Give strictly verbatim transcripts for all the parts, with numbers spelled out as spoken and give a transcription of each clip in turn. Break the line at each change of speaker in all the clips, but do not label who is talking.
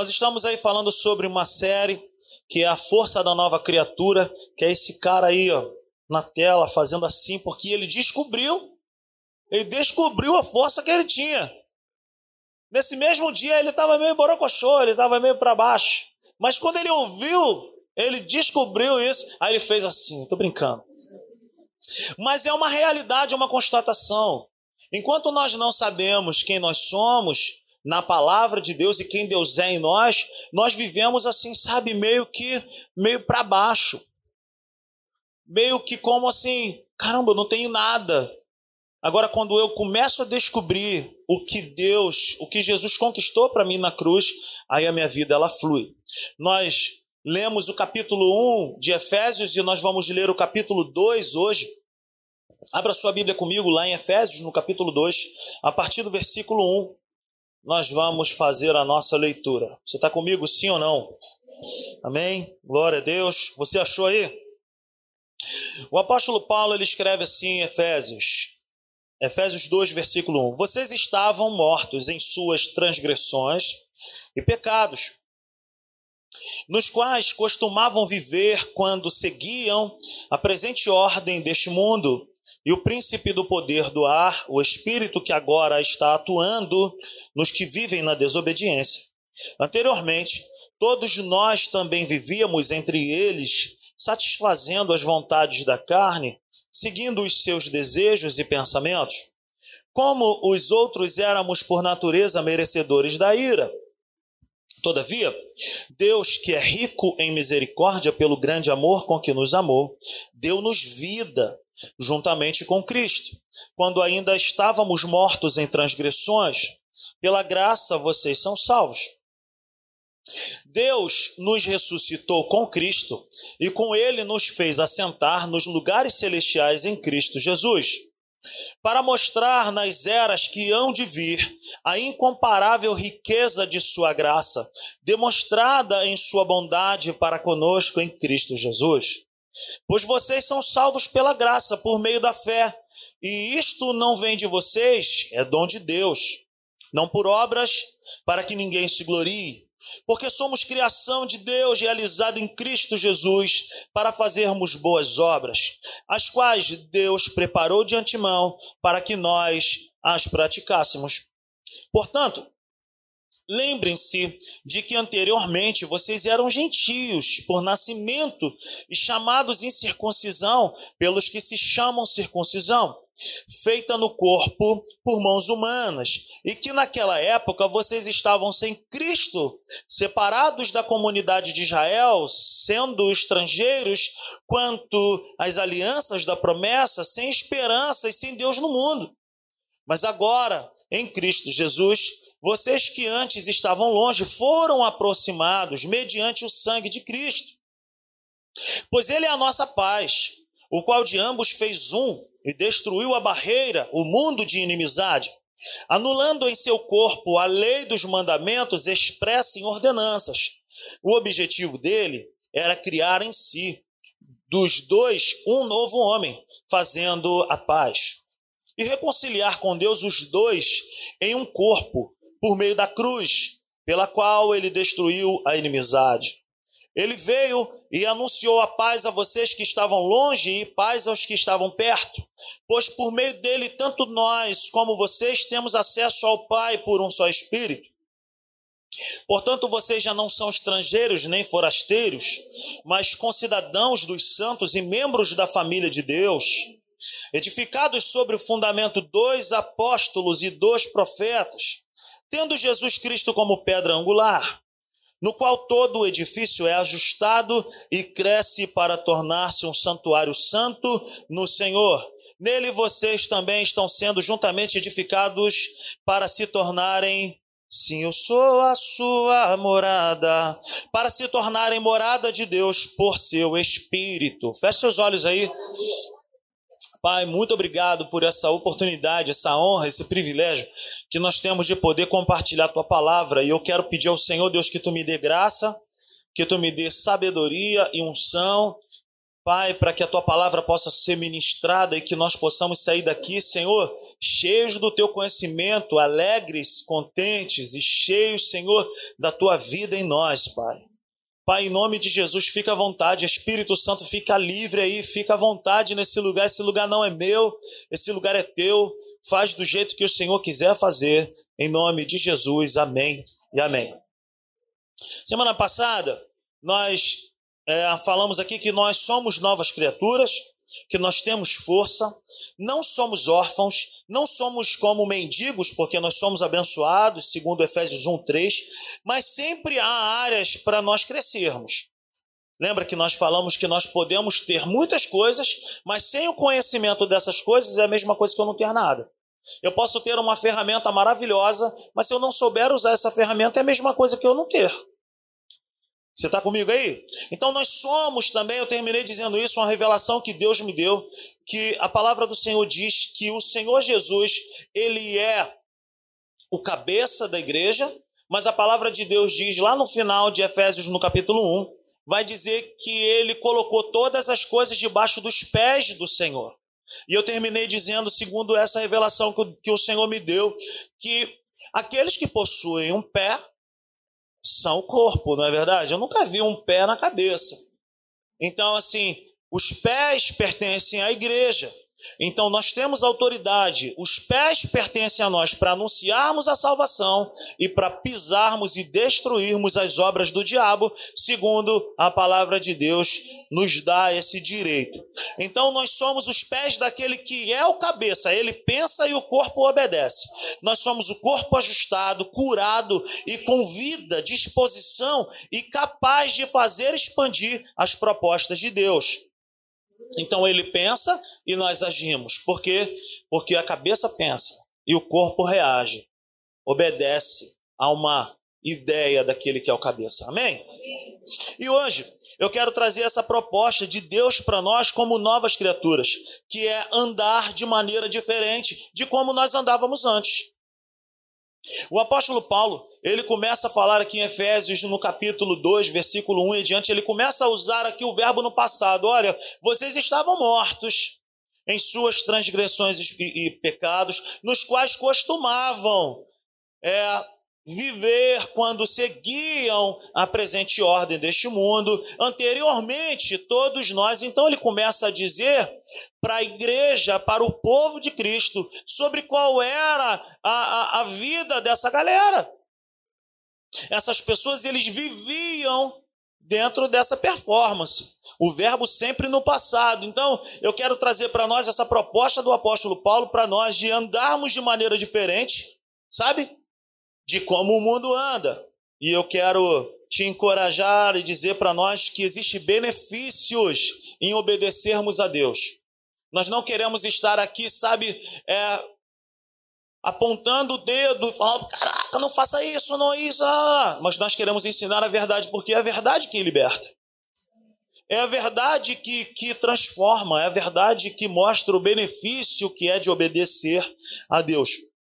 Nós estamos aí falando sobre uma série que é a força da nova criatura, que é esse cara aí, ó, na tela, fazendo assim, porque ele descobriu, ele descobriu a força que ele tinha. Nesse mesmo dia ele estava meio borocochô, ele estava meio para baixo. Mas quando ele ouviu, ele descobriu isso, aí ele fez assim, estou brincando. Mas é uma realidade, uma constatação. Enquanto nós não sabemos quem nós somos na palavra de Deus e quem Deus é em nós, nós vivemos assim, sabe, meio que, meio para baixo. Meio que como assim, caramba, eu não tenho nada. Agora, quando eu começo a descobrir o que Deus, o que Jesus conquistou para mim na cruz, aí a minha vida ela flui. Nós lemos o capítulo um de Efésios e nós vamos ler o capítulo dois hoje. Abra sua Bíblia comigo lá em Efésios, no capítulo dois, a partir do versículo um. Nós vamos fazer a nossa leitura. Você está comigo, sim ou não? Amém? Glória a Deus. Você achou aí? O apóstolo Paulo ele escreve assim em Efésios. Efésios dois, versículo um. Vocês estavam mortos em suas transgressões e pecados, nos quais costumavam viver quando seguiam a presente ordem deste mundo e o príncipe do poder do ar, o espírito que agora está atuando nos que vivem na desobediência. Anteriormente, todos nós também vivíamos entre eles, satisfazendo as vontades da carne, seguindo os seus desejos e pensamentos. Como os outros éramos por natureza merecedores da ira. Todavia, Deus, que é rico em misericórdia pelo grande amor com que nos amou, deu-nos vida juntamente com Cristo, quando ainda estávamos mortos em transgressões. Pela graça vocês são salvos. Deus nos ressuscitou com Cristo e com ele nos fez assentar nos lugares celestiais em Cristo Jesus, para mostrar nas eras que hão de vir a incomparável riqueza de sua graça, demonstrada em sua bondade para conosco em Cristo Jesus. Pois vocês são salvos pela graça, por meio da fé, e isto não vem de vocês, é dom de Deus, não por obras, para que ninguém se glorie. Porque somos criação de Deus realizada em Cristo Jesus para fazermos boas obras, as quais Deus preparou de antemão para que nós as praticássemos. Portanto, lembrem-se de que anteriormente vocês eram gentios por nascimento e chamados em circuncisão pelos que se chamam circuncisão, feita no corpo por mãos humanas, e que naquela época vocês estavam sem Cristo, separados da comunidade de Israel, sendo estrangeiros quanto às alianças da promessa, sem esperança e sem Deus no mundo. Mas agora, em Cristo Jesus, vocês que antes estavam longe foram aproximados mediante o sangue de Cristo. Pois ele é a nossa paz, o qual de ambos fez um e destruiu a barreira, o mundo de inimizade, anulando em seu corpo a lei dos mandamentos expressa em ordenanças. O objetivo dele era criar em si, dos dois, um novo homem, fazendo a paz, e reconciliar com Deus os dois em um corpo, por meio da cruz, pela qual ele destruiu a inimizade. Ele veio e anunciou a paz a vocês que estavam longe e paz aos que estavam perto, pois por meio dele tanto nós como vocês temos acesso ao Pai por um só Espírito. Portanto, vocês já não são estrangeiros nem forasteiros, mas concidadãos dos santos e membros da família de Deus, edificados sobre o fundamento dos apóstolos e dos profetas, tendo Jesus Cristo como pedra angular, no qual todo o edifício é ajustado e cresce para tornar-se um santuário santo no Senhor. Nele vocês também estão sendo juntamente edificados para se tornarem, sim, eu sou a sua morada, para se tornarem morada de Deus por seu Espírito. Feche seus olhos aí. Pai, muito obrigado por essa oportunidade, essa honra, esse privilégio que nós temos de poder compartilhar a tua palavra. E eu quero pedir ao Senhor, Deus, que tu me dê graça, que tu me dê sabedoria e unção, Pai, para que a tua palavra possa ser ministrada e que nós possamos sair daqui, Senhor, cheios do teu conhecimento, alegres, contentes e cheios, Senhor, da tua vida em nós, Pai. Pai, em nome de Jesus, fica à vontade, Espírito Santo, fica livre aí, fica à vontade nesse lugar, esse lugar não é meu, esse lugar é teu, faz do jeito que o Senhor quiser fazer, em nome de Jesus, amém e amém. Semana passada, nós é, falamos aqui que nós somos novas criaturas, que nós temos força, não somos órfãos, não somos como mendigos, porque nós somos abençoados, segundo Efésios um, três, mas sempre há áreas para nós crescermos. Lembra que nós falamos que nós podemos ter muitas coisas, mas sem o conhecimento dessas coisas é a mesma coisa que eu não ter nada. Eu posso ter uma ferramenta maravilhosa, mas se eu não souber usar essa ferramenta é a mesma coisa que eu não ter. Você está comigo aí? Então nós somos também, eu terminei dizendo isso, uma revelação que Deus me deu, que a palavra do Senhor diz que o Senhor Jesus, ele é o cabeça da igreja, mas a palavra de Deus diz lá no final de Efésios, no capítulo um, vai dizer que ele colocou todas as coisas debaixo dos pés do Senhor. E eu terminei dizendo, segundo essa revelação que o, que o Senhor me deu, que aqueles que possuem um pé, são o corpo, não é verdade? Eu nunca vi um pé na cabeça. Então, assim, os pés pertencem à igreja. Então, nós temos autoridade. Os pés pertencem a nós para anunciarmos a salvação e para pisarmos e destruirmos as obras do diabo, segundo a palavra de Deus nos dá esse direito. Então, nós somos os pés daquele que é o cabeça. Ele pensa e o corpo obedece. Nós somos o corpo ajustado, curado e com vida, disposição e capaz de fazer expandir as propostas de Deus. Então ele pensa e nós agimos. Por quê? Porque a cabeça pensa e o corpo reage, obedece a uma ideia daquele que é o cabeça. Amém? Amém. E hoje eu quero trazer essa proposta de Deus para nós como novas criaturas, que é andar de maneira diferente de como nós andávamos antes. O apóstolo Paulo, ele começa a falar aqui em Efésios, no capítulo dois, versículo um e diante, ele começa a usar aqui o verbo no passado. Olha, vocês estavam mortos em suas transgressões e, e pecados, nos quais costumavam é, viver quando seguiam a presente ordem deste mundo. Anteriormente, todos nós, então ele começa a dizer para a igreja, para o povo de Cristo, sobre qual era a, a, a vida dessa galera. Essas pessoas, eles viviam dentro dessa performance. O verbo sempre no passado. Então, eu quero trazer para nós essa proposta do apóstolo Paulo, para nós de andarmos de maneira diferente, sabe? De como o mundo anda. E eu quero te encorajar e dizer para nós que existem benefícios em obedecermos a Deus. Nós não queremos estar aqui, sabe, é, apontando o dedo e falando, caraca, não faça isso, não isso. Ah. Mas nós queremos ensinar a verdade, porque é a verdade que liberta. É a verdade que, que transforma, é a verdade que mostra o benefício que é de obedecer a Deus.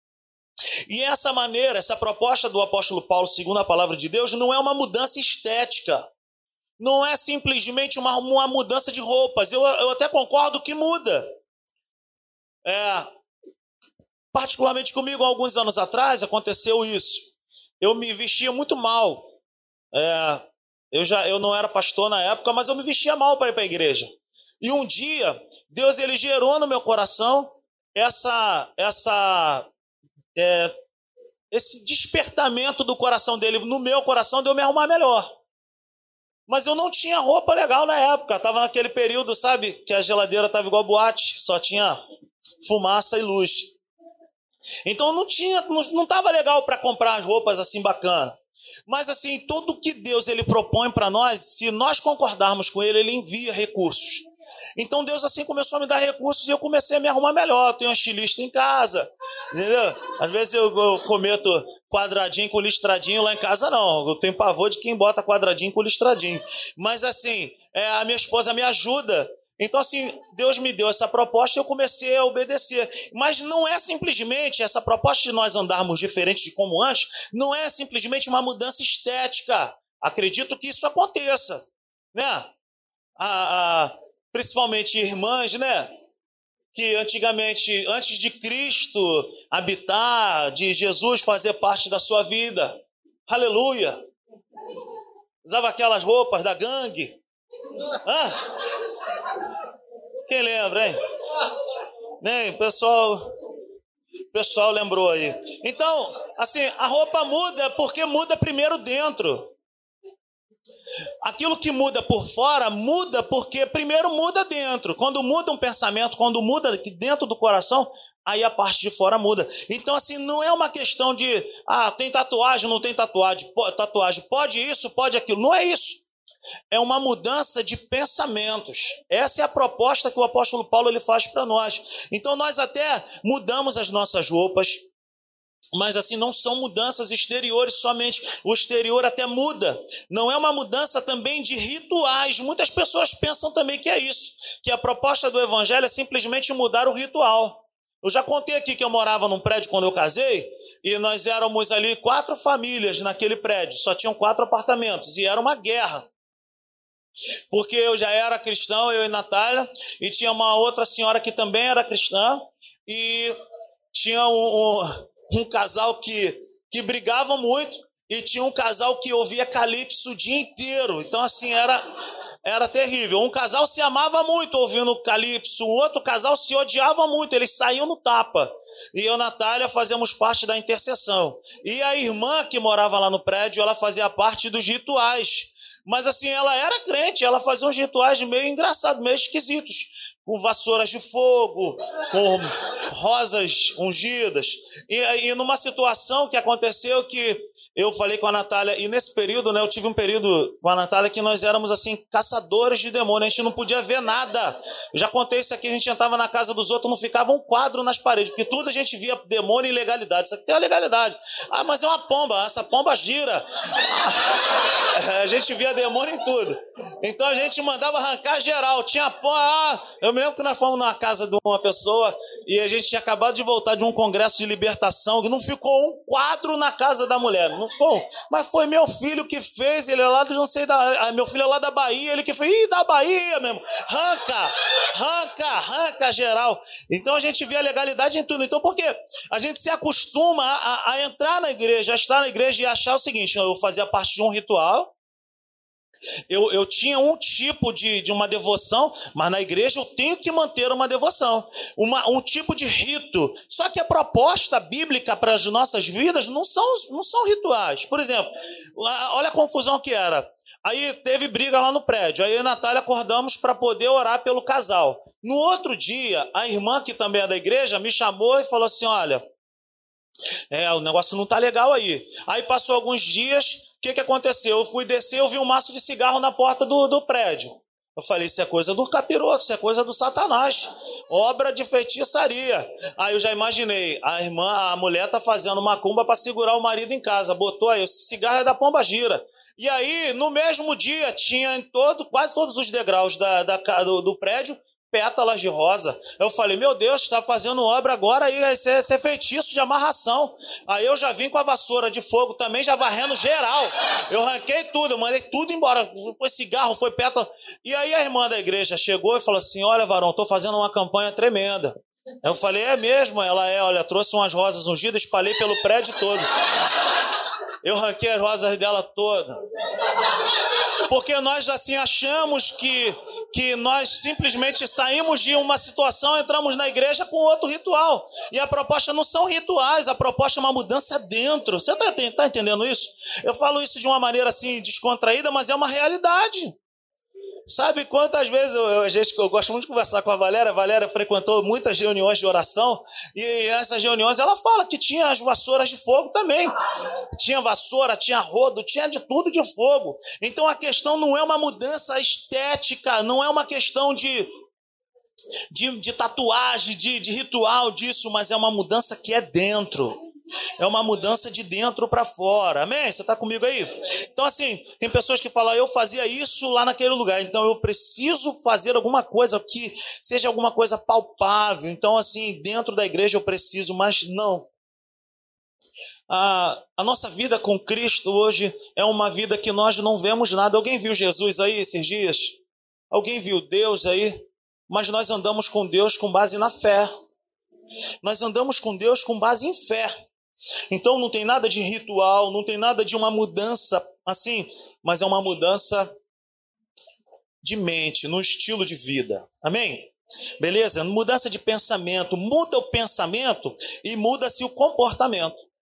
E essa maneira, essa proposta do apóstolo Paulo, segundo a palavra de Deus, não é uma mudança estética. Não é simplesmente uma, uma mudança de roupas. Eu, eu até concordo que muda. É, particularmente comigo, alguns anos atrás, aconteceu isso. Eu me vestia muito mal. É, eu, já, eu não era pastor na época, mas eu me vestia mal para ir para a igreja. E um dia, Deus ele gerou no meu coração essa... essa É, esse despertamento do coração dele no meu coração de eu me arrumar melhor. Mas eu não tinha roupa legal na época. Estava naquele período, sabe, que a geladeira estava igual boate, só tinha fumaça e luz. Então não tinha, não estava legal para comprar as roupas assim bacana. Mas assim, tudo que Deus ele propõe para nós, se nós concordarmos com ele, ele envia recursos. Então Deus assim começou a me dar recursos e eu comecei a me arrumar melhor. Eu tenho um estilista em casa, entendeu? Às vezes eu, eu cometo quadradinho com listradinho, lá em casa não. Eu tenho pavor de quem bota quadradinho com listradinho. Mas assim, é, a minha esposa me ajuda. Então assim, Deus me deu essa proposta e eu comecei a obedecer. Mas não é simplesmente essa proposta de nós andarmos diferente de como antes, não é simplesmente uma mudança estética. Acredito que isso aconteça, né? A... a principalmente irmãs, né? Que antigamente, antes de Cristo habitar, de Jesus fazer parte da sua vida, aleluia, usava aquelas roupas da gangue. Hã? Quem lembra, hein? Nem, pessoal... O pessoal lembrou aí. Então, assim, a roupa muda porque muda primeiro dentro. Aquilo que muda por fora, muda porque primeiro muda dentro. Quando muda um pensamento, quando muda aqui dentro do coração, aí a parte de fora muda. Então, assim, não é uma questão de, ah, tem tatuagem, não tem tatuagem, tatuagem, pode isso, pode aquilo. Não é isso. É uma mudança de pensamentos. Essa é a proposta que o apóstolo Paulo ele faz para nós. Então nós até mudamos as nossas roupas, mas assim não são mudanças exteriores somente. O exterior até muda. Não é uma mudança também de rituais. Muitas pessoas pensam também que é isso, que a proposta do evangelho é simplesmente mudar o ritual. Eu já contei aqui que eu morava num prédio quando eu casei, e nós éramos ali quatro famílias naquele prédio, só tinham quatro apartamentos, e era uma guerra. Porque eu já era cristão, eu e Natália, e tinha uma outra senhora que também era cristã, e tinha um, um, um casal que, que brigava muito, e tinha um casal que ouvia Calypso o dia inteiro. Então assim, era, era terrível. Um casal se amava muito ouvindo Calypso, o outro casal se odiava muito, eles saíam no tapa. E eu e Natália fazíamos parte da intercessão. E a irmã que morava lá no prédio, ela fazia parte dos rituais. Mas assim, ela era crente, ela fazia uns rituais meio engraçados, meio esquisitos, com vassouras de fogo, com rosas ungidas. E, e numa situação que aconteceu que eu falei com a Natália, e nesse período, né, eu tive um período com a Natália que nós éramos assim, caçadores de demônios, a gente não podia ver nada. Eu já contei isso aqui, a gente entrava na casa dos outros, não ficava um quadro nas paredes, porque tudo a gente via demônio e ilegalidade. Isso aqui tem a legalidade. Ah, mas é uma pomba, essa pomba gira. A gente via demônio em tudo. Então a gente mandava arrancar geral. Tinha pomba. Ah, eu me lembro que nós fomos numa casa de uma pessoa e a gente tinha acabado de voltar de um congresso de libertação que não ficou um quadro na casa da mulher. Não ficou. Mas foi meu filho que fez. Ele é lá do, não sei, da, meu filho é lá da Bahia. Ele que fez. Ih, da Bahia mesmo. Arranca, arranca, arranca geral. Então a gente vê a legalidade em tudo. Então por quê? A gente se acostuma a, a, a entrar na igreja, a estar na igreja e achar o seguinte: eu fazia parte de um ritual. Eu, eu tinha um tipo de, de uma devoção, mas na igreja eu tenho que manter uma devoção, uma, um tipo de rito. Só que a proposta bíblica para as nossas vidas não são, não são rituais. Por exemplo, olha a confusão que era. Aí teve briga lá no prédio, aí eu e a Natália acordamos para poder orar pelo casal. No outro dia, a irmã, que também é da igreja, me chamou e falou assim: olha, é, o negócio não tá legal aí. Aí passou alguns dias. O que, que aconteceu? Eu fui descer, eu vi um maço de cigarro na porta do, do prédio. Eu falei, isso é coisa do capiroto, isso é coisa do Satanás, obra de feitiçaria. Aí eu já imaginei, a irmã, a mulher tá fazendo macumba para segurar o marido em casa, botou aí, esse cigarro é da pomba gira. E aí, no mesmo dia, tinha em todo, quase todos os degraus da, da, do, do prédio, pétalas de rosa. Eu falei, meu Deus, está fazendo obra agora aí, esse é, esse é feitiço de amarração. Aí eu já vim com a vassoura de fogo também, já varrendo geral. Eu arranquei tudo, eu mandei tudo embora. Foi cigarro, foi pétala. E aí a irmã da igreja chegou e falou assim: olha, varão, estou fazendo uma campanha tremenda. Eu falei, é mesmo? Ela é, olha, trouxe umas rosas ungidas, espalhei pelo prédio todo. Eu arranquei as rosas dela toda. Porque nós assim achamos que, que nós simplesmente saímos de uma situação, entramos na igreja com outro ritual. E a proposta não são rituais, a proposta é uma mudança dentro. Você está tá entendendo isso? Eu falo isso de uma maneira assim descontraída, mas é uma realidade. Sabe quantas vezes eu, eu, a gente, eu gosto muito de conversar com a Valéria. A Valéria frequentou muitas reuniões de oração, e essas reuniões ela fala que tinha as vassouras de fogo também. Tinha vassoura, tinha rodo, tinha de tudo de fogo. Então a questão não é uma mudança estética, não é uma questão de, de, de tatuagem, de, de ritual disso, mas é uma mudança que é dentro. É uma mudança de dentro para fora. Amém? Você está comigo aí? Então assim, tem pessoas que falam, eu fazia isso lá naquele lugar, então eu preciso fazer alguma coisa que seja alguma coisa palpável. Então assim, dentro da igreja eu preciso, mas não. A, a nossa vida com Cristo hoje é uma vida que nós não vemos nada. Alguém viu Jesus aí esses dias? Alguém viu Deus aí? Mas nós andamos com Deus com base na fé. Nós andamos com Deus com base em fé. Então não tem nada de ritual, não tem nada de uma mudança assim, mas é uma mudança de mente, no estilo de vida. Amém? Beleza? Mudança de pensamento. Muda o pensamento e muda-se o comportamento.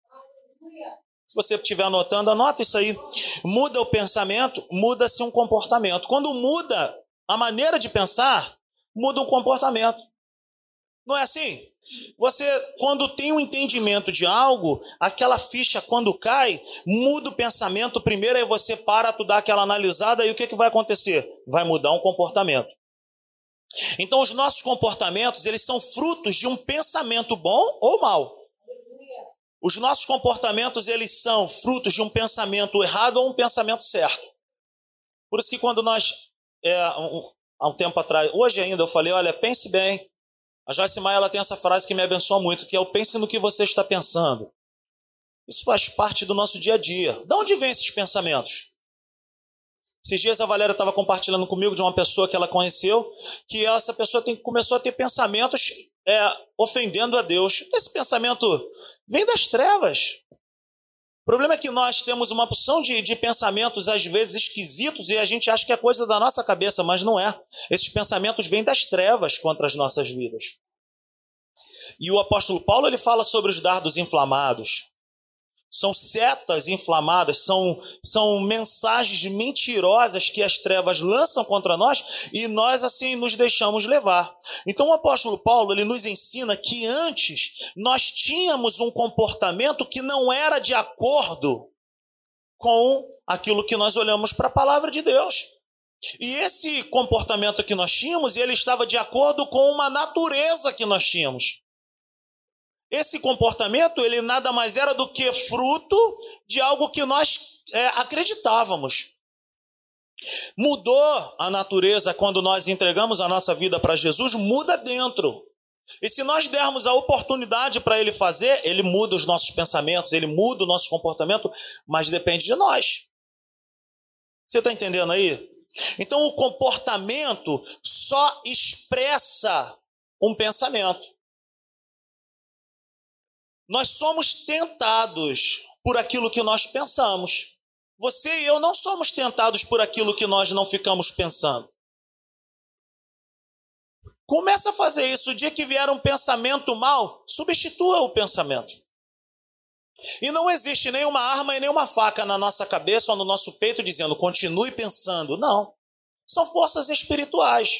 Se você estiver anotando, anota isso aí. Muda o pensamento, muda-se um comportamento. Quando muda a maneira de pensar, muda o comportamento. Não é assim? Você, quando tem um entendimento de algo, aquela ficha, quando cai, muda o pensamento primeiro, aí você para, tu dá aquela analisada, e o que, que vai acontecer? Vai mudar um comportamento. Então, os nossos comportamentos, eles são frutos de um pensamento bom ou mau. Os nossos comportamentos, eles são frutos de um pensamento errado ou um pensamento certo. Por isso que quando nós, é, um, há um tempo atrás, hoje ainda eu falei, olha, pense bem. A Joyce Maia, ela tem essa frase que me abençoa muito, que é o pense no que você está pensando. Isso faz parte do nosso dia a dia. De onde vêm esses pensamentos? Esses dias a Valéria estava compartilhando comigo de uma pessoa que ela conheceu, que essa pessoa tem, começou a ter pensamentos é, ofendendo a Deus. Esse pensamento vem das trevas. O problema é que nós temos uma porção de, de pensamentos, às vezes, esquisitos, e a gente acha que é coisa da nossa cabeça, mas não é. Esses pensamentos vêm das trevas contra as nossas vidas. E o apóstolo Paulo, ele fala sobre os dardos inflamados. São setas inflamadas, são, são mensagens mentirosas que as trevas lançam contra nós e nós assim nos deixamos levar. Então o apóstolo Paulo, ele nos ensina que antes nós tínhamos um comportamento que não era de acordo com aquilo que nós olhamos para a palavra de Deus. E esse comportamento que nós tínhamos, ele estava de acordo com uma natureza que nós tínhamos. Esse comportamento, ele nada mais era do que fruto de algo que nós é, acreditávamos. Mudou a natureza quando nós entregamos a nossa vida para Jesus, muda dentro. E se nós dermos a oportunidade para ele fazer, ele muda os nossos pensamentos, ele muda o nosso comportamento, mas depende de nós. Você está entendendo aí? Então o comportamento só expressa um pensamento. Nós somos tentados por aquilo que nós pensamos. Você e eu não somos tentados por aquilo que nós não ficamos pensando. Começa a fazer isso. O dia que vier um pensamento mau, substitua o pensamento. E não existe nenhuma arma e nenhuma faca na nossa cabeça ou no nosso peito dizendo, continue pensando. Não. São forças espirituais.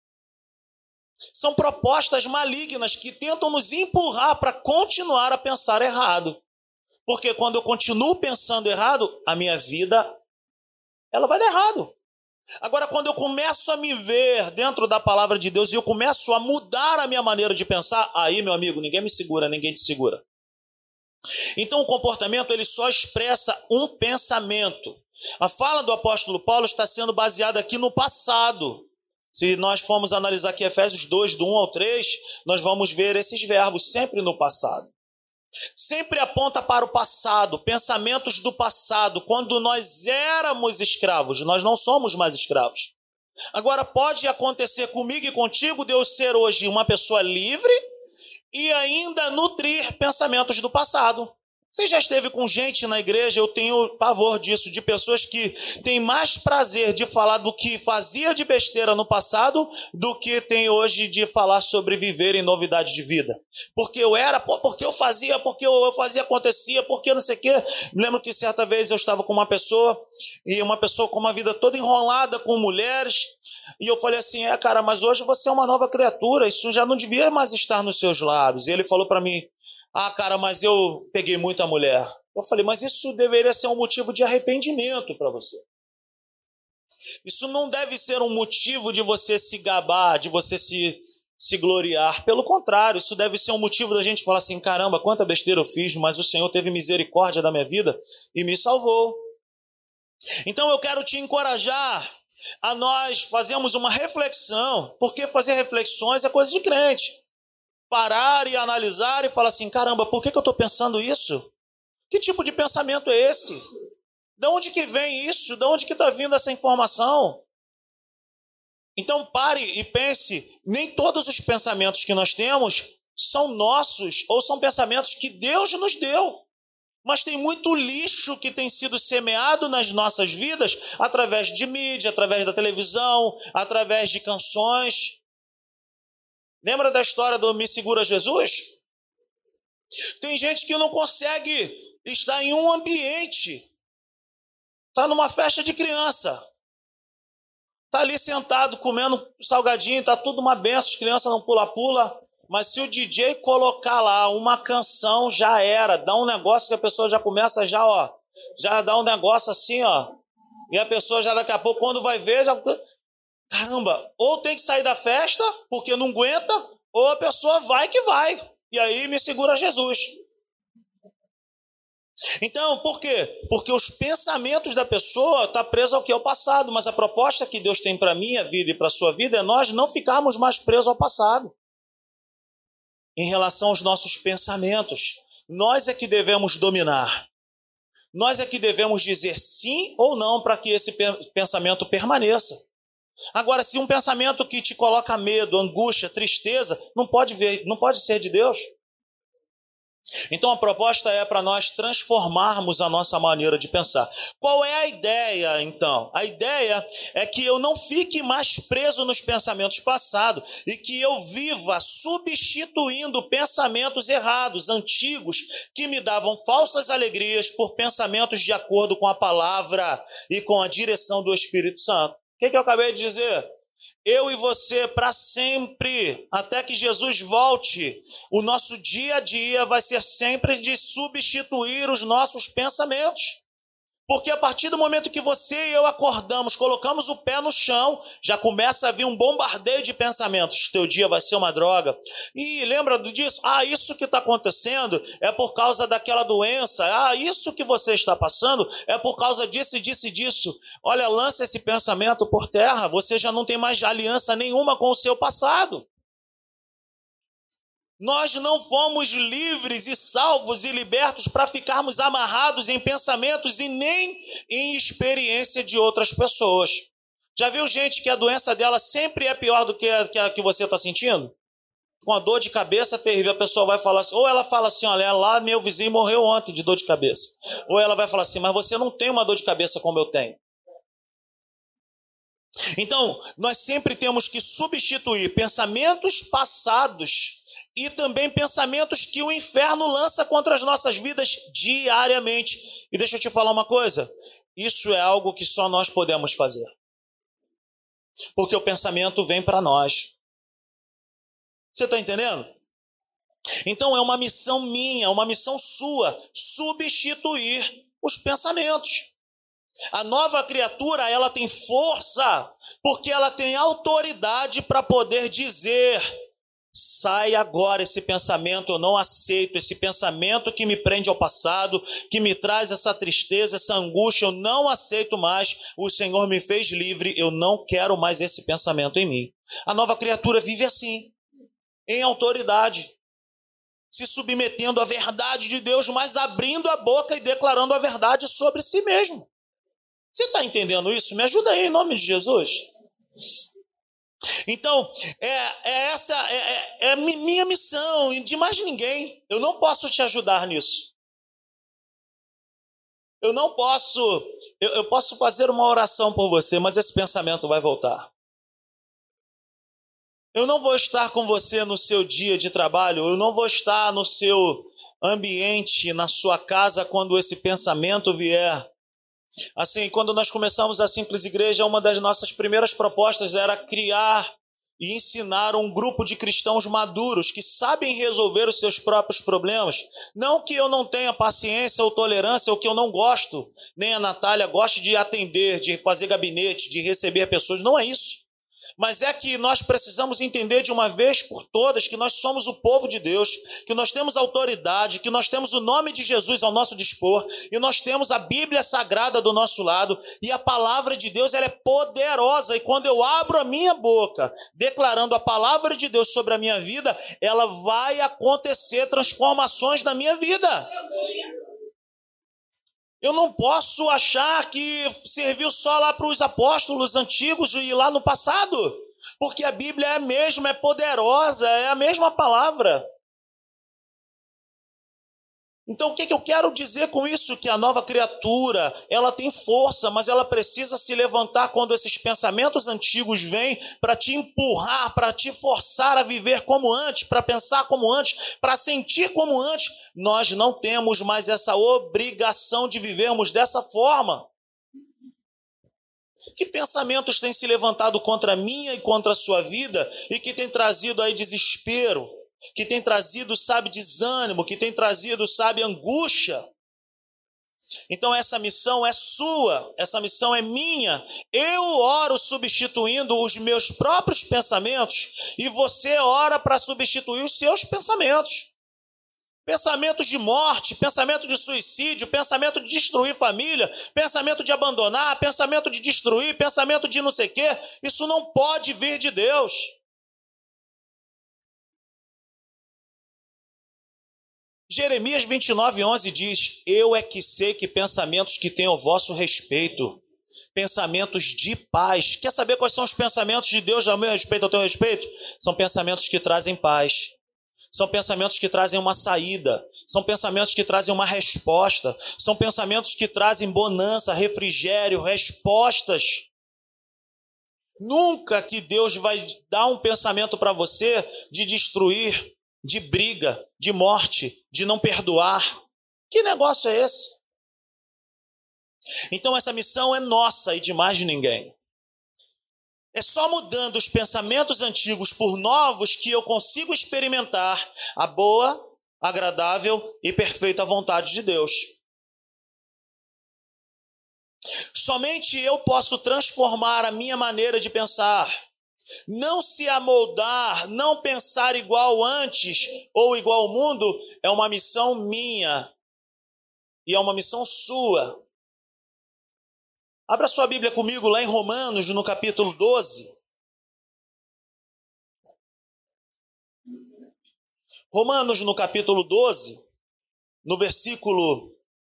São propostas malignas que tentam nos empurrar para continuar a pensar errado. Porque quando eu continuo pensando errado, a minha vida, ela vai dar errado. Agora, quando eu começo a me ver dentro da palavra de Deus e eu começo a mudar a minha maneira de pensar, aí, meu amigo, ninguém me segura, ninguém te segura. Então, o comportamento, ele só expressa um pensamento. A fala do apóstolo Paulo está sendo baseada aqui no passado. Se nós formos analisar aqui Efésios dois, do um ao três, nós vamos ver esses verbos sempre no passado. Sempre aponta para o passado, pensamentos do passado, quando nós éramos escravos, nós não somos mais escravos. Agora pode acontecer comigo e contigo de eu ser hoje uma pessoa livre e ainda nutrir pensamentos do passado. Você já esteve com gente na igreja, eu tenho pavor disso, de pessoas que têm mais prazer de falar do que fazia de besteira no passado do que tem hoje de falar sobre viver em novidade de vida. Porque eu era, porque eu fazia, porque eu fazia, acontecia, porque não sei o quê. Me lembro que certa vez eu estava com uma pessoa, e uma pessoa com uma vida toda enrolada com mulheres, e eu falei assim, é cara, mas hoje você é uma nova criatura, isso já não devia mais estar nos seus lábios. E ele falou para mim, ah, cara, mas eu peguei muita mulher. Eu falei, mas isso deveria ser um motivo de arrependimento para você. Isso não deve ser um motivo de você se gabar, de você se, se gloriar. Pelo contrário, isso deve ser um motivo da gente falar assim, caramba, quanta besteira eu fiz, mas o Senhor teve misericórdia da minha vida e me salvou. Então eu quero te encorajar a nós fazermos uma reflexão, porque fazer reflexões é coisa de crente. Parar e analisar e falar assim, caramba, por que, que eu estou pensando isso? Que tipo de pensamento é esse? De onde que vem isso? De onde que está vindo essa informação? Então pare e pense, nem todos os pensamentos que nós temos são nossos ou são pensamentos que Deus nos deu. Mas tem muito lixo que tem sido semeado nas nossas vidas através de mídia, através da televisão, através de canções. Lembra da história do Me Segura Jesus? Tem gente que não consegue estar em um ambiente. Está numa festa de criança. Está ali sentado comendo salgadinho, está tudo uma benção, as crianças não pula-pula. Mas se o D J colocar lá uma canção, já era. Dá um negócio que a pessoa já começa já, ó. Já dá um negócio assim, ó. E a pessoa já daqui a pouco, quando vai ver, já... Caramba, ou tem que sair da festa, porque não aguenta, ou a pessoa vai que vai. E aí me segura Jesus. Então, por quê? Porque os pensamentos da pessoa estão presos ao que é o passado. Mas a proposta que Deus tem para a minha vida e para a sua vida é nós não ficarmos mais presos ao passado. Em relação aos nossos pensamentos, nós é que devemos dominar. Nós é que devemos dizer sim ou não para que esse pensamento permaneça. Agora, se um pensamento que te coloca medo, angústia, tristeza, não pode ver, não pode ser de Deus. Então a proposta é para nós transformarmos a nossa maneira de pensar. Qual é a ideia, então? A ideia é que eu não fique mais preso nos pensamentos passados e que eu viva substituindo pensamentos errados, antigos, que me davam falsas alegrias por pensamentos de acordo com a palavra e com a direção do Espírito Santo. O que, que eu acabei de dizer? Eu e você, para sempre, até que Jesus volte, o nosso dia a dia vai ser sempre de substituir os nossos pensamentos. Porque a partir do momento que você e eu acordamos, colocamos o pé no chão, já começa a vir um bombardeio de pensamentos. Teu dia vai ser uma droga. E lembra disso? Ah, isso que está acontecendo é por causa daquela doença. Ah, isso que você está passando é por causa disso e disso e disso. Olha, lança esse pensamento por terra. Você já não tem mais aliança nenhuma com o seu passado. Nós não fomos livres e salvos e libertos para ficarmos amarrados em pensamentos e nem em experiência de outras pessoas. Já viu gente que a doença dela sempre é pior do que a que, a que você está sentindo? Com a dor de cabeça terrível, a pessoa vai falar assim, ou ela fala assim, olha, lá meu vizinho morreu ontem de dor de cabeça. Ou ela vai falar assim, mas você não tem uma dor de cabeça como eu tenho. Então, nós sempre temos que substituir pensamentos passados e também pensamentos que o inferno lança contra as nossas vidas diariamente. E deixa eu te falar uma coisa, isso é algo que só nós podemos fazer. Porque o pensamento vem para nós. Você está entendendo? Então é uma missão minha, uma missão sua, substituir os pensamentos. A nova criatura, ela tem força, porque ela tem autoridade para poder dizer... Sai agora esse pensamento, eu não aceito esse pensamento que me prende ao passado, que me traz essa tristeza, essa angústia, eu não aceito mais, o Senhor me fez livre, eu não quero mais esse pensamento em mim. A nova criatura vive assim, em autoridade, se submetendo à verdade de Deus, mas abrindo a boca e declarando a verdade sobre si mesmo. Você está entendendo isso? Me ajuda aí em nome de Jesus. Então, é, é essa é, é, é minha missão, e de mais ninguém. Eu não posso te ajudar nisso. Eu não posso, eu, eu posso fazer uma oração por você, mas esse pensamento vai voltar. Eu não vou estar com você no seu dia de trabalho, eu não vou estar no seu ambiente, na sua casa, quando esse pensamento vier. Assim, quando nós começamos a Simples Igreja, uma das nossas primeiras propostas era criar e ensinar um grupo de cristãos maduros que sabem resolver os seus próprios problemas. Não que eu não tenha paciência ou tolerância, ou que eu não gosto, nem a Natália goste de atender, de fazer gabinete, de receber pessoas, não é isso. Mas é que nós precisamos entender de uma vez por todas que nós somos o povo de Deus, que nós temos autoridade, que nós temos o nome de Jesus ao nosso dispor, e nós temos a Bíblia Sagrada do nosso lado, e a palavra de Deus ela é poderosa, e quando eu abro a minha boca, declarando a palavra de Deus sobre a minha vida, ela vai acontecer transformações na minha vida. Eu não posso achar que serviu só lá para os apóstolos antigos e lá no passado. Porque a Bíblia é a mesma, é poderosa, é a mesma palavra. Então o que, que eu quero dizer com isso? Que a nova criatura, ela tem força, mas ela precisa se levantar quando esses pensamentos antigos vêm para te empurrar, para te forçar a viver como antes, para pensar como antes, para sentir como antes. Nós não temos mais essa obrigação de vivermos dessa forma. Que pensamentos têm se levantado contra a minha e contra a sua vida e que tem trazido aí desespero? Que tem trazido, sabe, desânimo, que tem trazido, sabe, angústia. Então essa missão é sua, essa missão é minha. Eu oro substituindo os meus próprios pensamentos e você ora para substituir os seus pensamentos. Pensamentos de morte, pensamento de suicídio, pensamento de destruir família, pensamento de abandonar, pensamento de destruir, pensamento de não sei o quê. Isso não pode vir de Deus. Jeremias vinte e nove, onze diz: eu é que sei que pensamentos que tenho ao vosso respeito, pensamentos de paz. Quer saber quais são os pensamentos de Deus ao meu respeito, ao teu respeito? São pensamentos que trazem paz. São pensamentos que trazem uma saída. São pensamentos que trazem uma resposta. São pensamentos que trazem bonança, refrigério, respostas. Nunca que Deus vai dar um pensamento para você de destruir, de briga, de morte, de não perdoar. Que negócio é esse? Então essa missão é nossa e de mais de ninguém. É só mudando os pensamentos antigos por novos que eu consigo experimentar a boa, agradável e perfeita vontade de Deus. Somente eu posso transformar a minha maneira de pensar. Não se amoldar, não pensar igual antes ou igual ao mundo, é uma missão minha e é uma missão sua. Abra sua Bíblia comigo lá em Romanos, no capítulo doze. Romanos, no capítulo doze, no versículo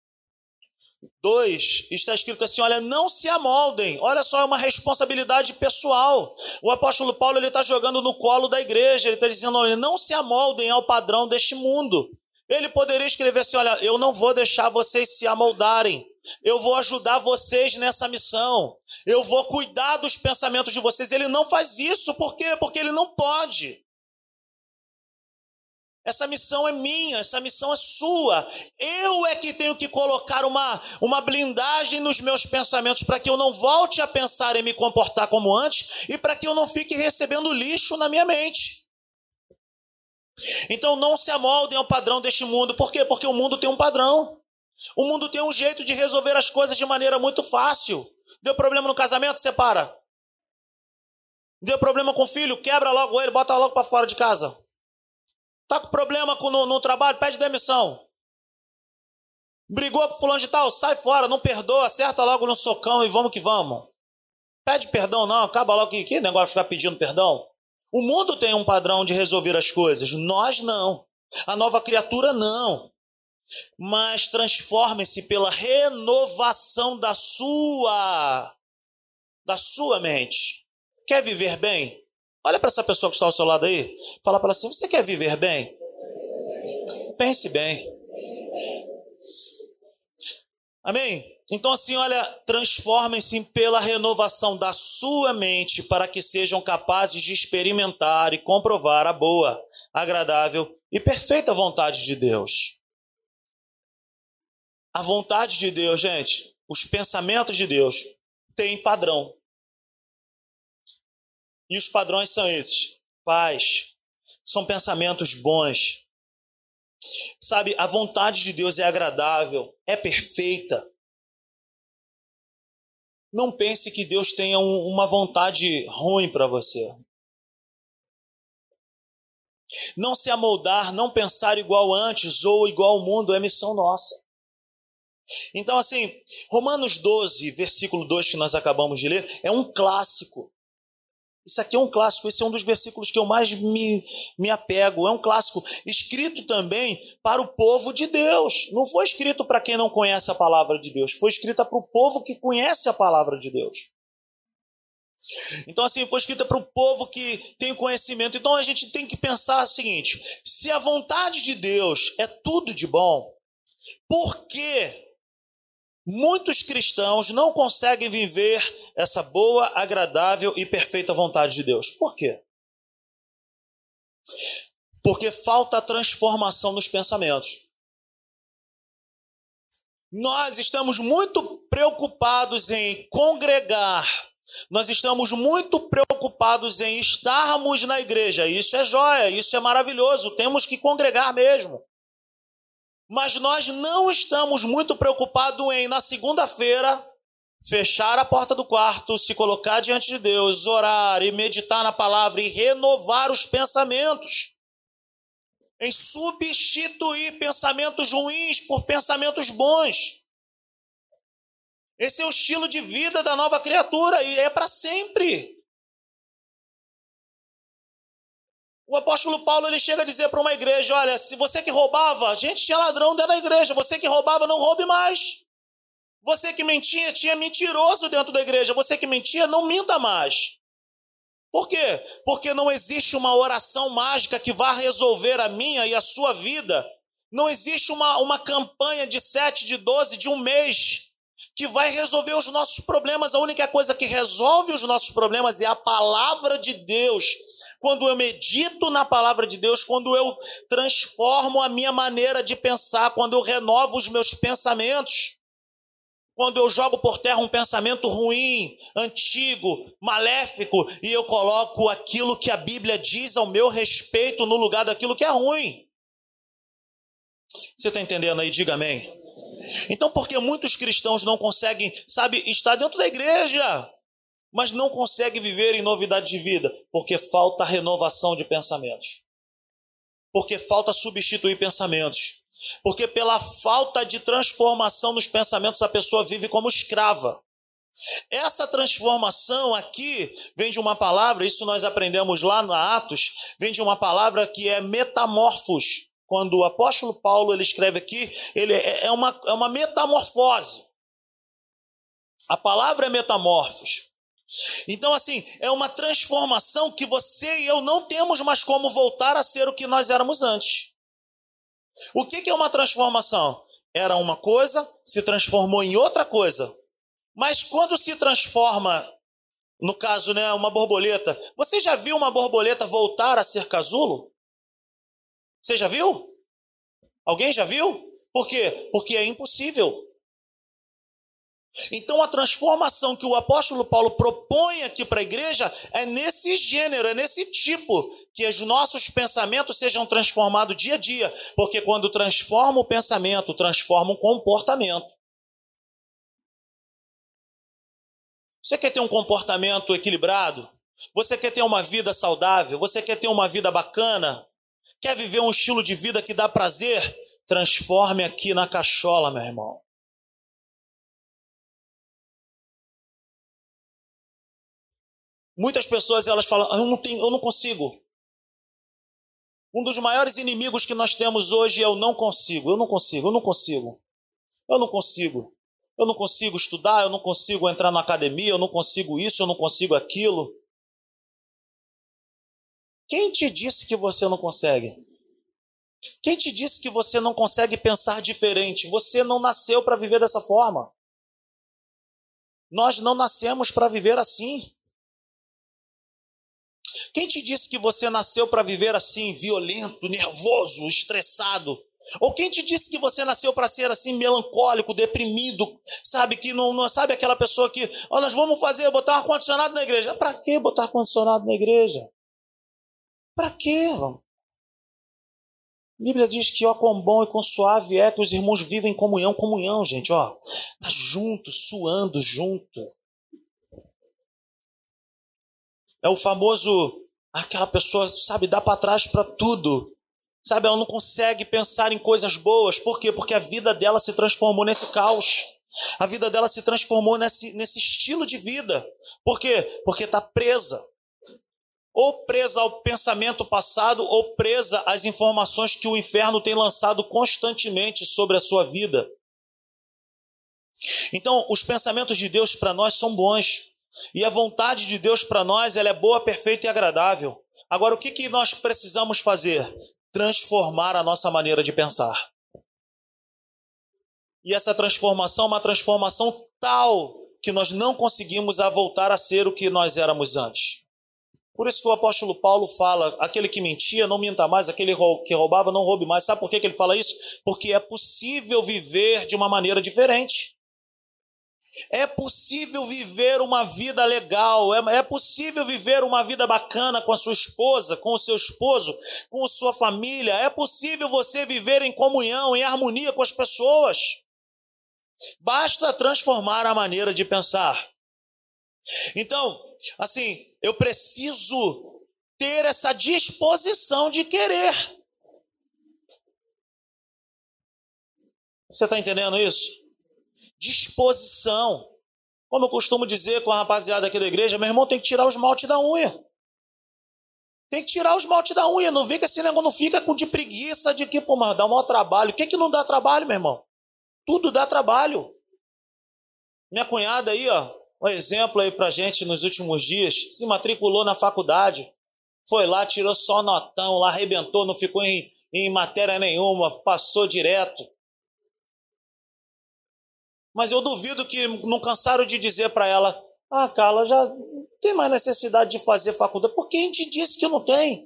dois, está escrito assim: olha, não se amoldem. Olha só, é uma responsabilidade pessoal. O apóstolo Paulo ele está jogando no colo da igreja. Ele está dizendo: olha, não se amoldem ao padrão deste mundo. Ele poderia escrever assim: olha, eu não vou deixar vocês se amoldarem. Eu vou ajudar vocês nessa missão. Eu vou cuidar dos pensamentos de vocês. Ele não faz isso. Por quê? Porque ele não pode. Essa missão é minha, essa missão é sua. Eu é que tenho que colocar uma, uma blindagem nos meus pensamentos para que eu não volte a pensar em me comportar como antes e para que eu não fique recebendo lixo na minha mente. Então não se amoldem ao padrão deste mundo. Por quê? Porque o mundo tem um padrão. O mundo tem um jeito de resolver as coisas de maneira muito fácil. Deu problema no casamento? Separa. Deu problema com o filho? Quebra logo ele, bota logo para fora de casa. Tá com problema com, no, no trabalho? Pede demissão. Brigou com fulano de tal? Sai fora, não perdoa, acerta logo no socão e vamos que vamos. Pede perdão não, acaba logo que, que negócio de ficar pedindo perdão. O mundo tem um padrão de resolver as coisas, nós não. A nova criatura não. Mas transformem-se pela renovação da sua, da sua mente. Quer viver bem? Olha para essa pessoa que está ao seu lado aí. Fala para ela assim: você quer viver bem? Pense bem. Amém? Então assim, olha, transformem-se pela renovação da sua mente para que sejam capazes de experimentar e comprovar a boa, agradável e perfeita vontade de Deus. A vontade de Deus, gente, os pensamentos de Deus têm padrão. E os padrões são esses: paz, são pensamentos bons. Sabe, a vontade de Deus é agradável, é perfeita. Não pense que Deus tenha um, uma vontade ruim para você. Não se amoldar, não pensar igual antes ou igual ao mundo é missão nossa. Então assim, Romanos doze, versículo dois que nós acabamos de ler, é um clássico. Isso aqui é um clássico, esse é um dos versículos que eu mais me, me apego. É um clássico escrito também para o povo de Deus. Não foi escrito para quem não conhece a palavra de Deus, foi escrito para o povo que conhece a palavra de Deus. Então, assim, foi escrita para o povo que tem conhecimento. Então, a gente tem que pensar o seguinte: se a vontade de Deus é tudo de bom, por que muitos cristãos não conseguem viver essa boa, agradável e perfeita vontade de Deus? Por quê? Porque falta transformação nos pensamentos. Nós estamos muito preocupados em congregar, nós estamos muito preocupados em estarmos na igreja. Isso é joia, isso é maravilhoso, temos que congregar mesmo. Mas nós não estamos muito preocupados em, na segunda-feira, fechar a porta do quarto, se colocar diante de Deus, orar e meditar na palavra e renovar os pensamentos. Em substituir pensamentos ruins por pensamentos bons. Esse é o estilo de vida da nova criatura e é para sempre. O apóstolo Paulo ele chega a dizer para uma igreja: olha, se você que roubava, gente, tinha ladrão dentro da igreja, você que roubava, não roube mais. Você que mentia, tinha mentiroso dentro da igreja, você que mentia, não minta mais. Por quê? Porque não existe uma oração mágica que vá resolver a minha e a sua vida. Não existe uma, uma campanha de sete, de doze, de um mês que vai resolver os nossos problemas. A única coisa que resolve os nossos problemas é a palavra de Deus. Quando eu medito na palavra de Deus, quando eu transformo a minha maneira de pensar, quando eu renovo os meus pensamentos. Quando eu jogo por terra um pensamento ruim, antigo, maléfico, e eu coloco aquilo que a Bíblia diz ao meu respeito no lugar daquilo que é ruim. Você está entendendo aí? Diga amém. Então, por que muitos cristãos não conseguem, sabe, estar dentro da igreja, mas não conseguem viver em novidade de vida? Porque falta renovação de pensamentos. Porque falta substituir pensamentos. Porque pela falta de transformação nos pensamentos, a pessoa vive como escrava. Essa transformação aqui vem de uma palavra, isso nós aprendemos lá no Atos, vem de uma palavra que é metamorfos. Quando o apóstolo Paulo ele escreve aqui, ele é uma, é uma metamorfose. A palavra é metamorfos. Então, assim, é uma transformação que você e eu não temos mais como voltar a ser o que nós éramos antes. O que é uma transformação? Era uma coisa, se transformou em outra coisa. Mas quando se transforma, no caso, né, uma borboleta, você já viu uma borboleta voltar a ser casulo? Você já viu? Alguém já viu? Por quê? Porque é impossível. Então a transformação que o apóstolo Paulo propõe aqui para a igreja é nesse gênero, é nesse tipo, que os nossos pensamentos sejam transformados dia a dia, porque quando transforma o pensamento, transforma o comportamento. Você quer ter um comportamento equilibrado? Você quer ter uma vida saudável? Você quer ter uma vida bacana? Quer viver um estilo de vida que dá prazer? Transforme aqui na cachola, meu irmão. Muitas pessoas elas falam, eu não tenho, eu não consigo. Um dos maiores inimigos que nós temos hoje é o não consigo. Eu não consigo, eu não consigo. Eu não consigo. Eu não consigo estudar, eu não consigo entrar na academia, eu não consigo isso, eu não consigo aquilo. Quem te disse que você não consegue? Quem te disse que você não consegue pensar diferente? Você não nasceu para viver dessa forma. Nós não nascemos para viver assim. Quem te disse que você nasceu para viver assim, violento, nervoso, estressado? Ou quem te disse que você nasceu para ser assim, melancólico, deprimido? Sabe, que não, não sabe aquela pessoa que, ó, nós vamos fazer, botar um ar-condicionado na igreja. Para que botar ar-condicionado na igreja? Para quê? A Bíblia diz que, ó, quão bom e quão suave é que os irmãos vivem em comunhão, comunhão, gente, ó. Tá junto, suando junto. É o famoso, aquela pessoa, sabe, dá para trás para tudo. Sabe, ela não consegue pensar em coisas boas. Por quê? Porque a vida dela se transformou nesse caos. A vida dela se transformou nesse, nesse estilo de vida. Por quê? Porque está presa. Ou presa ao pensamento passado, ou presa às informações que o inferno tem lançado constantemente sobre a sua vida. Então, os pensamentos de Deus para nós são bons. E a vontade de Deus para nós, ela é boa, perfeita e agradável. Agora, o que, que nós precisamos fazer? Transformar a nossa maneira de pensar. E essa transformação é uma transformação tal que nós não conseguimos voltar a ser o que nós éramos antes. Por isso que o apóstolo Paulo fala, aquele que mentia não minta mais, aquele que roubava não roube mais. Sabe por que ele fala isso? Porque é possível viver de uma maneira diferente. É possível viver uma vida legal, é, é possível viver uma vida bacana com a sua esposa, com o seu esposo, com a sua família. É possível você viver em comunhão, em harmonia com as pessoas. Basta transformar a maneira de pensar. Então, assim, eu preciso ter essa disposição de querer. Você está entendendo isso? Disposição. Como eu costumo dizer com a rapaziada aqui da igreja, meu irmão, tem que tirar o esmalte da unha. Tem que tirar o esmalte da unha. Não fica esse negócio, não fica com de preguiça de que, pô, mas dá um maior trabalho. O que que não dá trabalho, meu irmão? Tudo dá trabalho. Minha cunhada aí, ó, um exemplo aí pra gente nos últimos dias, se matriculou na faculdade, foi lá, tirou só notão, lá arrebentou, não ficou em, em matéria nenhuma, passou direto. Mas eu duvido que não cansaram de dizer para ela, ah, Carla, já não tem mais necessidade de fazer faculdade. Por que a gente disse que não tem?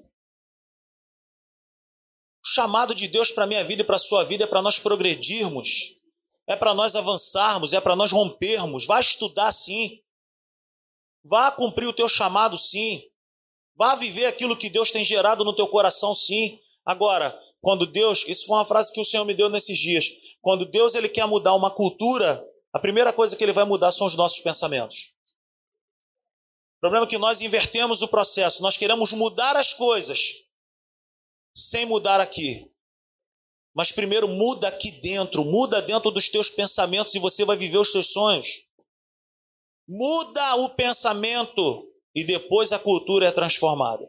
O chamado de Deus para a minha vida e para a sua vida é para nós progredirmos. É para nós avançarmos, é para nós rompermos. Vá estudar sim. Vá cumprir o teu chamado sim. Vá viver aquilo que Deus tem gerado no teu coração sim. Agora, quando Deus, isso foi uma frase que o Senhor me deu nesses dias. Quando Deus ele quer mudar uma cultura, a primeira coisa que ele vai mudar são os nossos pensamentos. O problema é que nós invertemos o processo. Nós queremos mudar as coisas sem mudar aqui. Mas primeiro muda aqui dentro, muda dentro dos teus pensamentos e você vai viver os teus sonhos. Muda o pensamento e depois a cultura é transformada.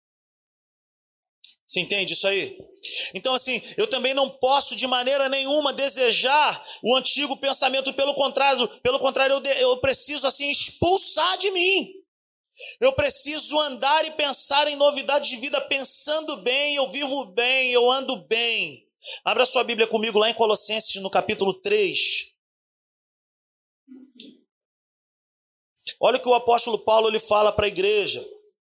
Você entende isso aí? Então assim, eu também não posso de maneira nenhuma desejar o antigo pensamento, pelo contrário, pelo contrário eu, de, eu preciso assim expulsar de mim. Eu preciso andar e pensar em novidades de vida, pensando bem, eu vivo bem, eu ando bem. Abra sua Bíblia comigo lá em Colossenses, no capítulo três. Olha o que o apóstolo Paulo ele fala para a igreja.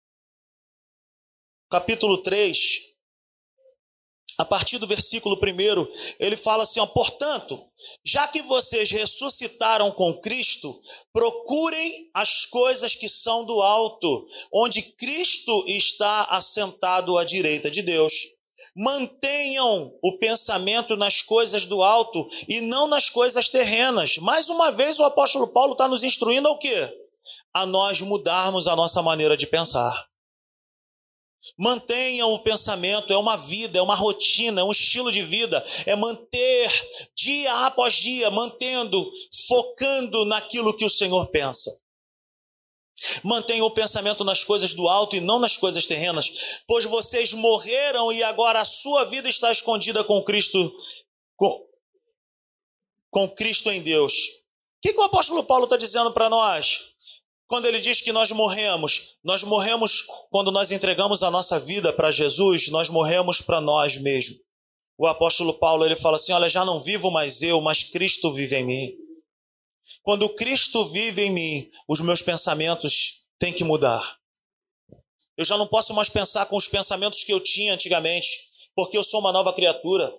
Capítulo três, a partir do versículo primeiro, ele fala assim, ó, portanto, já que vocês ressuscitaram com Cristo, procurem as coisas que são do alto, onde Cristo está assentado à direita de Deus. Mantenham o pensamento nas coisas do alto e não nas coisas terrenas. Mais uma vez o apóstolo Paulo está nos instruindo ao quê? A nós mudarmos a nossa maneira de pensar. Mantenham o pensamento, é uma vida, é uma rotina, é um estilo de vida, é manter dia após dia, mantendo, focando naquilo que o Senhor pensa. Mantenham o pensamento nas coisas do alto e não nas coisas terrenas, pois vocês morreram e agora a sua vida está escondida com Cristo, com, com Cristo em Deus. O que, que o apóstolo Paulo está dizendo para nós? Quando ele diz que nós morremos, nós morremos quando nós entregamos a nossa vida para Jesus, nós morremos para nós mesmos. O apóstolo Paulo ele fala assim, olha, já não vivo mais eu, mas Cristo vive em mim. Quando Cristo vive em mim, os meus pensamentos têm que mudar. Eu já não posso mais pensar com os pensamentos que eu tinha antigamente, porque eu sou uma nova criatura.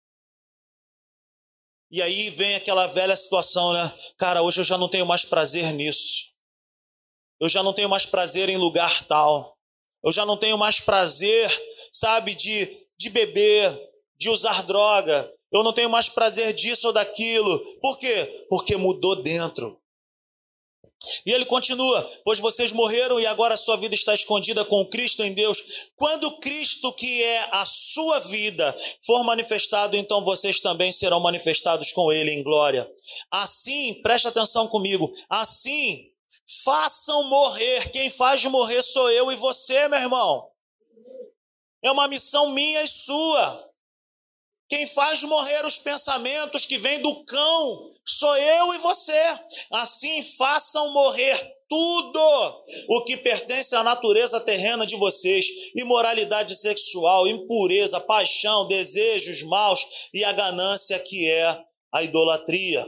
E aí vem aquela velha situação, né? Cara, hoje eu já não tenho mais prazer nisso. Eu já não tenho mais prazer em lugar tal. Eu já não tenho mais prazer, sabe, de, de beber, de usar droga. Eu não tenho mais prazer disso ou daquilo. Por quê? Porque mudou dentro. E ele continua, pois vocês morreram e agora a sua vida está escondida com Cristo em Deus. Quando Cristo, que é a sua vida, for manifestado, então vocês também serão manifestados com Ele em glória. Assim, preste atenção comigo, assim, façam morrer. Quem faz morrer sou eu e você, meu irmão. É uma missão minha e sua. Quem faz morrer os pensamentos que vêm do cão sou eu e você. Assim façam morrer tudo o que pertence à natureza terrena de vocês: imoralidade sexual, impureza, paixão, desejos maus e a ganância, que é a idolatria.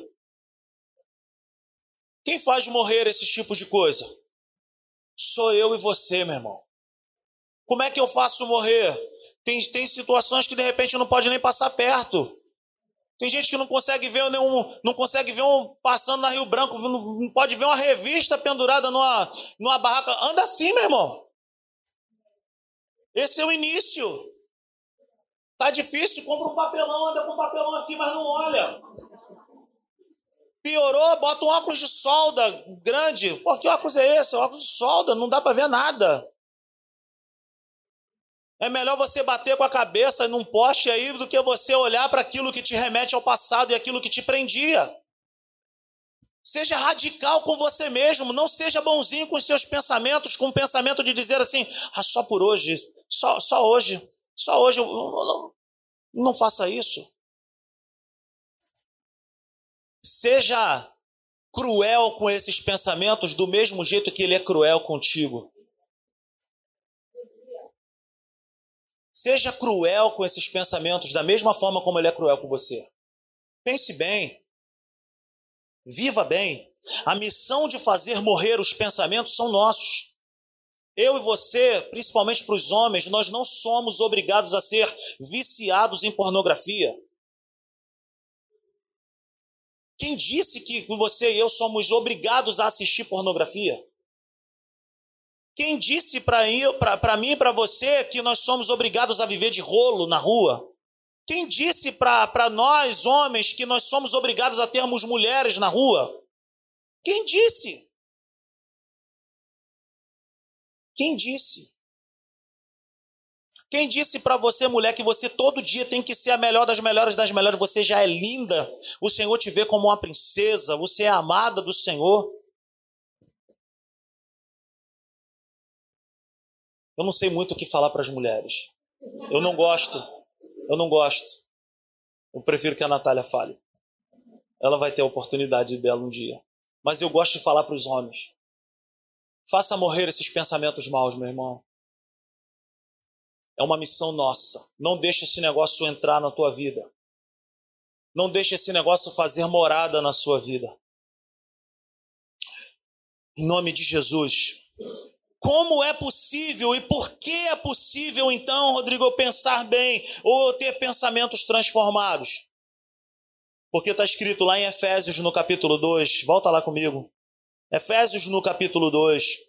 Quem faz morrer esses tipos de coisa? Sou eu e você, meu irmão. Como é que eu faço morrer? Tem, tem situações que de repente não pode nem passar perto. Tem gente que não consegue ver nenhum, não consegue ver um passando na Rio Branco, não, não pode ver uma revista pendurada numa, numa barraca. Anda assim, meu irmão. Esse é o início. Tá difícil, compra um papelão, anda com um papelão aqui, mas não olha. Piorou, bota um óculos de solda grande. Pô, que óculos é esse? Óculos de solda, não dá para ver nada. É melhor você bater com a cabeça num poste aí do que você olhar para aquilo que te remete ao passado e aquilo que te prendia. Seja radical com você mesmo, não seja bonzinho com os seus pensamentos, com o pensamento de dizer assim: ah, só por hoje, só, só hoje, só hoje, eu, não, não faça isso. Seja cruel com esses pensamentos do mesmo jeito que ele é cruel contigo. Seja cruel com esses pensamentos da mesma forma como ele é cruel com você. Pense bem. Viva bem. A missão de fazer morrer os pensamentos são nossos. Eu e você, principalmente para os homens, nós não somos obrigados a ser viciados em pornografia. Quem disse que você e eu somos obrigados a assistir pornografia? Quem disse para mim e para você que nós somos obrigados a viver de rolo na rua? Quem disse para nós, homens, que nós somos obrigados a termos mulheres na rua? Quem disse? Quem disse? Quem disse para você, mulher, que você todo dia tem que ser a melhor das melhores das melhores? Você já é linda, o Senhor te vê como uma princesa, você é amada do Senhor. Eu não sei muito o que falar para as mulheres. Eu não gosto. Eu não gosto. Eu prefiro que a Natália fale. Ela vai ter a oportunidade dela um dia. Mas eu gosto de falar para os homens. Faça morrer esses pensamentos maus, meu irmão. É uma missão nossa. Não deixe esse negócio entrar na tua vida. Não deixe esse negócio fazer morada na sua vida. Em nome de Jesus. Como é possível e por que é possível, então, Rodrigo, eu pensar bem ou ter pensamentos transformados? Porque está escrito lá em Efésios, no capítulo dois. Volta lá comigo. Efésios, no capítulo dois.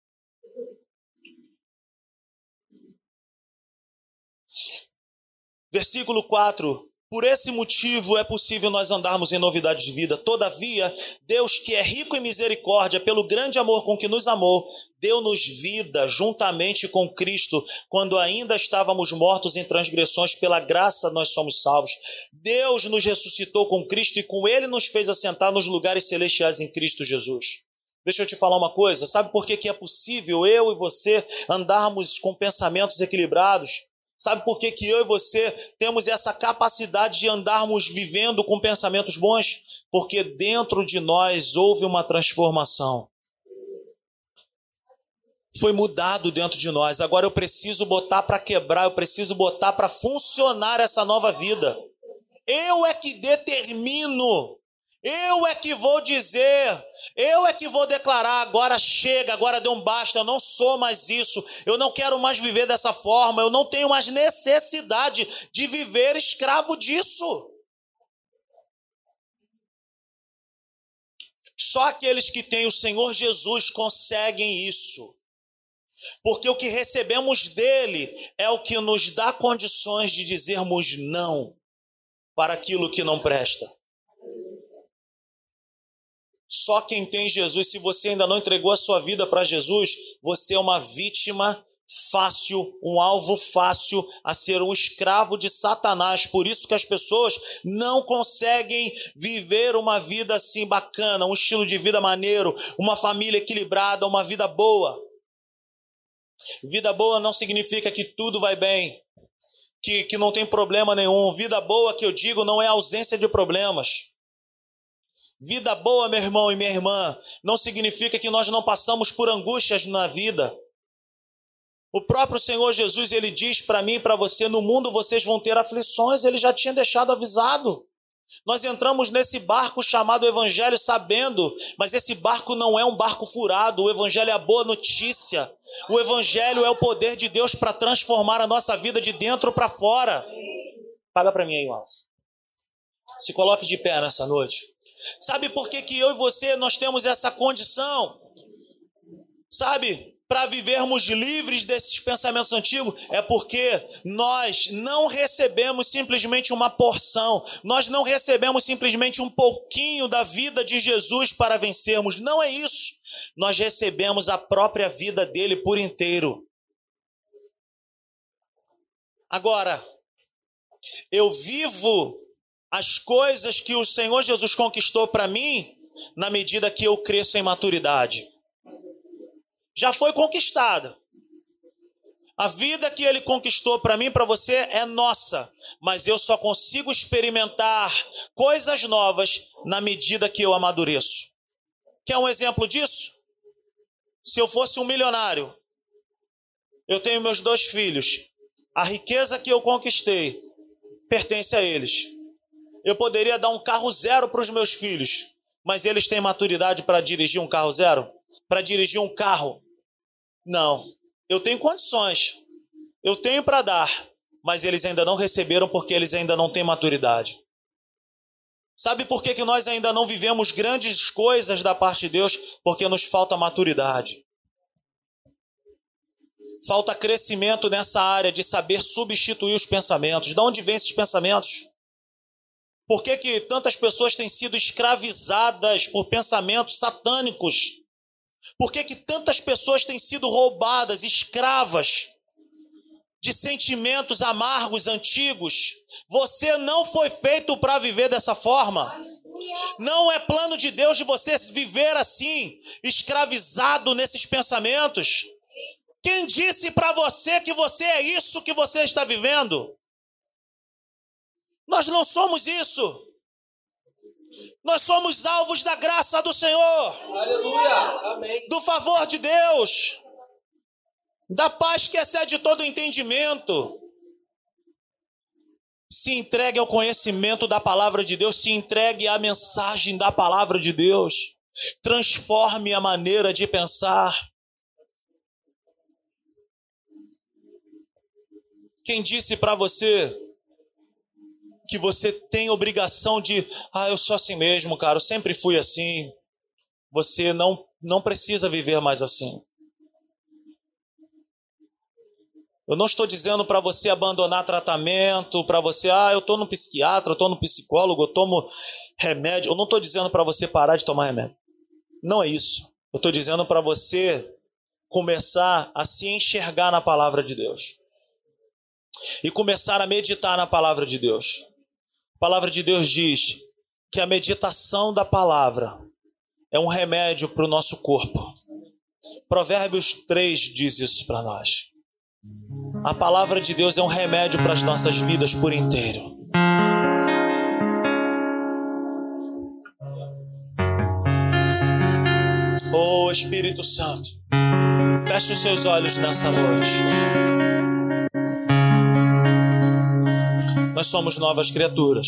Versículo quatro. Por esse motivo é possível nós andarmos em novidade de vida. Todavia, Deus, que é rico em misericórdia, pelo grande amor com que nos amou, deu-nos vida juntamente com Cristo, quando ainda estávamos mortos em transgressões. Pela graça nós somos salvos. Deus nos ressuscitou com Cristo e com Ele nos fez assentar nos lugares celestiais em Cristo Jesus. Deixa eu te falar uma coisa. Sabe por que que é possível eu e você andarmos com pensamentos equilibrados? Sabe por que que eu e você temos essa capacidade de andarmos vivendo com pensamentos bons? Porque dentro de nós houve uma transformação. Foi mudado dentro de nós. Agora eu preciso botar para quebrar, eu preciso botar para funcionar essa nova vida. Eu é que determino. Eu é que vou dizer, eu é que vou declarar: agora chega, agora deu um basta, eu não sou mais isso, eu não quero mais viver dessa forma, eu não tenho mais necessidade de viver escravo disso. Só aqueles que têm o Senhor Jesus conseguem isso, porque o que recebemos dele é o que nos dá condições de dizermos não para aquilo que não presta. Só quem tem Jesus. Se você ainda não entregou a sua vida para Jesus, você é uma vítima fácil, um alvo fácil a ser um escravo de Satanás. Por isso que as pessoas não conseguem viver uma vida assim bacana, um estilo de vida maneiro, uma família equilibrada, uma vida boa. Vida boa não significa que tudo vai bem, que, que não tem problema nenhum. Vida boa, que eu digo, não é ausência de problemas. Vida boa, meu irmão e minha irmã, não significa que nós não passamos por angústias na vida. O próprio Senhor Jesus, ele diz para mim e para você, no mundo vocês vão ter aflições, ele já tinha deixado avisado. Nós entramos nesse barco chamado Evangelho sabendo, mas esse barco não é um barco furado, o Evangelho é a boa notícia. O Evangelho é o poder de Deus para transformar a nossa vida de dentro para fora. Paga para mim aí, Wallace. Se coloque de pé nessa noite. Sabe por que que eu e você, nós temos essa condição? Sabe? Para vivermos livres desses pensamentos antigos, é porque nós não recebemos simplesmente uma porção, nós não recebemos simplesmente um pouquinho da vida de Jesus para vencermos. Não é isso. Nós recebemos a própria vida dele por inteiro. Agora, eu vivo as coisas que o Senhor Jesus conquistou para mim na medida que eu cresço em maturidade. Já foi conquistada. A vida que ele conquistou para mim e para você é nossa, mas eu só consigo experimentar coisas novas na medida que eu amadureço. Quer um exemplo disso? Se eu fosse um milionário, eu tenho meus dois filhos, a riqueza que eu conquistei pertence a eles. Eu poderia dar um carro zero para os meus filhos, mas eles têm maturidade para dirigir um carro zero? Para dirigir um carro? Não. Eu tenho condições. Eu tenho para dar, mas eles ainda não receberam porque eles ainda não têm maturidade. Sabe por que que nós ainda não vivemos grandes coisas da parte de Deus? Porque nos falta maturidade. Falta crescimento nessa área de saber substituir os pensamentos. De onde vêm esses pensamentos? Por que que tantas pessoas têm sido escravizadas por pensamentos satânicos? Por que que tantas pessoas têm sido roubadas, escravas de sentimentos amargos, antigos? Você não foi feito para viver dessa forma. Não é plano de Deus de você viver assim, escravizado nesses pensamentos. Quem disse para você que você é isso que você está vivendo? Nós não somos isso. Nós somos alvos da graça do Senhor.
Aleluia. Amém.
Do favor de Deus. Da paz que excede todo entendimento. Se entregue ao conhecimento da palavra de Deus. Se entregue à mensagem da palavra de Deus. Transforme a maneira de pensar. Quem disse para você que você tem obrigação de, ah, eu sou assim mesmo, cara, eu sempre fui assim. Você não, não precisa viver mais assim. Eu não estou dizendo para você abandonar tratamento, para você, ah, eu estou no psiquiatra, eu estou no psicólogo, eu tomo remédio. Eu não estou dizendo para você parar de tomar remédio. Não é isso. Eu estou dizendo para você começar a se enxergar na palavra de Deus. E começar a meditar na palavra de Deus. A palavra de Deus diz que a meditação da palavra é um remédio para o nosso corpo. Provérbios três diz isso para nós. A palavra de Deus é um remédio para as nossas vidas por inteiro. Oh Espírito Santo, feche os seus olhos nessa noite. Nós somos novas criaturas.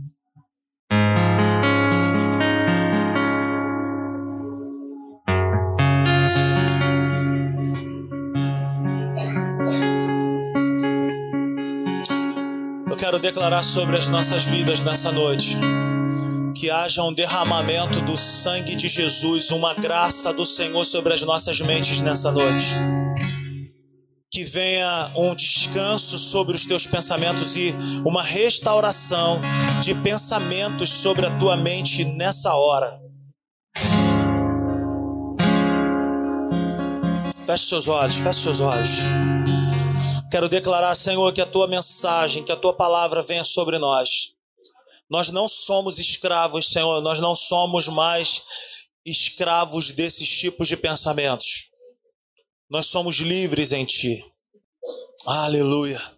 Eu quero declarar sobre as nossas vidas nessa noite que haja um derramamento do sangue de Jesus, uma graça do Senhor sobre as nossas mentes nessa noite. Que venha um descanso sobre os teus pensamentos e uma restauração de pensamentos sobre a tua mente nessa hora. Feche seus olhos, feche seus olhos. Quero declarar, Senhor, que a tua mensagem, que a tua palavra venha sobre nós. Nós não somos escravos, Senhor, nós não somos mais escravos desses tipos de pensamentos. Nós somos livres em Ti. Aleluia.